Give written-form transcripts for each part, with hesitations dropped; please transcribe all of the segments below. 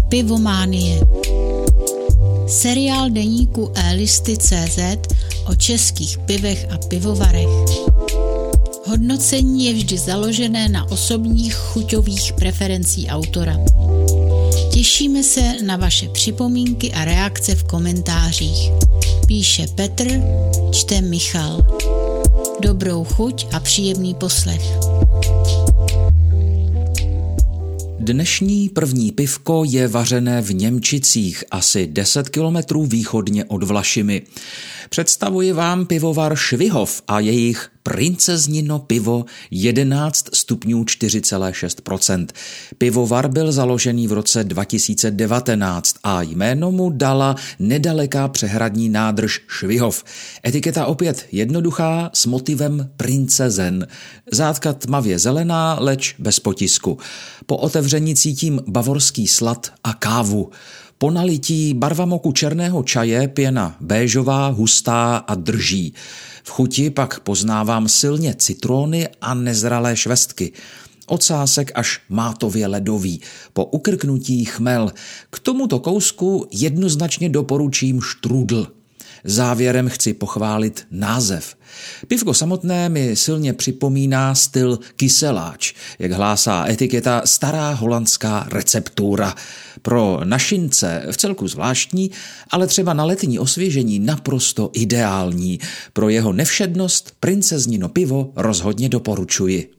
Pivománie. Seriál deníku elisty.cz o českých pivech a pivovarech. Hodnocení je vždy založené na osobních chuťových preferencí autora. Těšíme se na vaše připomínky a reakce v komentářích. Píše Petr, čte Michal. Dobrou chuť a příjemný poslech. Dnešní první pivko je vařené v Němčicích, asi 10 kilometrů východně od Vlašimi. Představuji vám pivovar Švihov a jejich princeznino pivo 11 stupňů 4,6%. Pivovar byl založený v roce 2019 a jméno mu dala nedaleká přehradní nádrž Švihov. Etiketa opět jednoduchá s motivem princezen. Zátka tmavě zelená, leč bez potisku. Po otevření cítím bavorský slad a kávu. Po nalití barvamoku černého čaje pěna béžová, hustá a drží. V chuti pak poznávám silně citróny a nezralé švestky. Ocásek až mátově ledový, po ukrknutí chmel. K tomuto kousku jednoznačně doporučím štrůdl. Závěrem chci pochválit název. Pivko samotné mi silně připomíná styl kyseláč, jak hlásá etiketa stará holandská receptura. Pro našince vcelku zvláštní, ale třeba na letní osvěžení naprosto ideální. Pro jeho nevšednost princeznino pivo rozhodně doporučuji.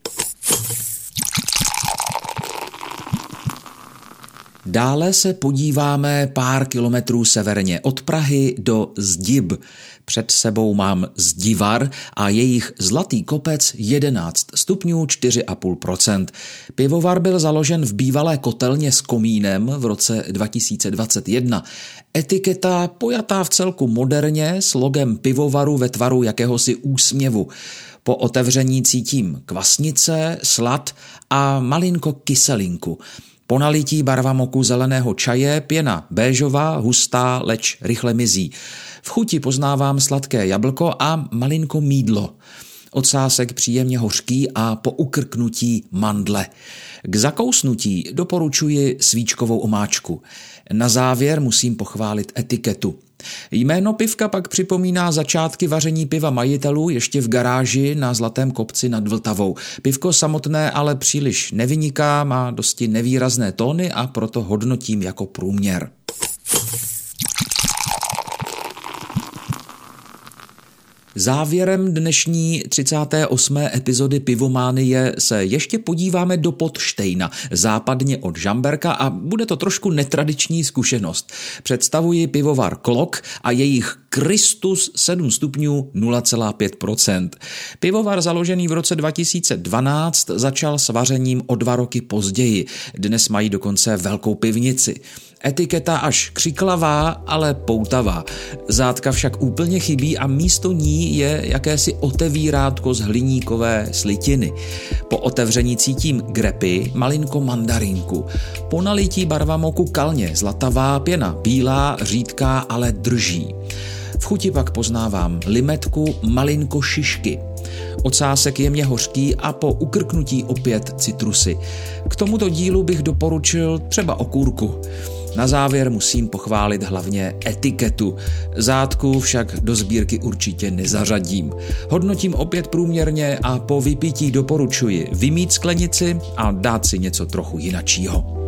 Dále se podíváme pár kilometrů severně od Prahy do Zdib. Před sebou mám Zdivar a jejich zlatý kopec 11 stupňů 4,5%. Pivovar byl založen v bývalé kotelně s komínem v roce 2021. Etiketa pojatá vcelku moderně s logem pivovaru ve tvaru jakéhosi úsměvu. Po otevření cítím kvasnice, slad a malinko kyselinku. Po nalití barvamoku zeleného čaje pěna béžová, hustá, leč rychle mizí. V chuti poznávám sladké jablko a malinko mýdlo. Ocásek příjemně hořký a po ukrknutí mandle. K zakousnutí doporučuji svíčkovou omáčku. Na závěr musím pochválit etiketu. Jméno pivka pak připomíná začátky vaření piva majitelů ještě v garáži na Zlatém kopci nad Vltavou. Pivko samotné ale příliš nevyniká, má dosti nevýrazné tóny a proto hodnotím jako průměr. Závěrem dnešní 38. epizody Pivománie se ještě podíváme do Podštejna, západně od Žamberka a bude to trošku netradiční zkušenost. Představuji pivovar Klok a jejich Kristus 7 stupňů 0,5%. Pivovar založený v roce 2012 začal s vařením o 2 roky později. Dnes mají dokonce velkou pivnici. Etiketa až křiklavá, ale poutavá. Zátka však úplně chybí a místo ní je jakési otevírátko z hliníkové slitiny. Po otevření cítím grepy, malinko mandarinku. Po nalití barvamoku kalně zlatavá pěna, bílá, řídká, ale drží. V chuti pak poznávám limetku, malinko šišky. Ocásek jemně hořký a po ukrknutí opět citrusy. K tomuto dílu bych doporučil třeba okurku. Na závěr musím pochválit hlavně etiketu. Zátku však do sbírky určitě nezařadím. Hodnotím opět průměrně a po vypití doporučuji vymýt sklenici a dát si něco trochu jinačího.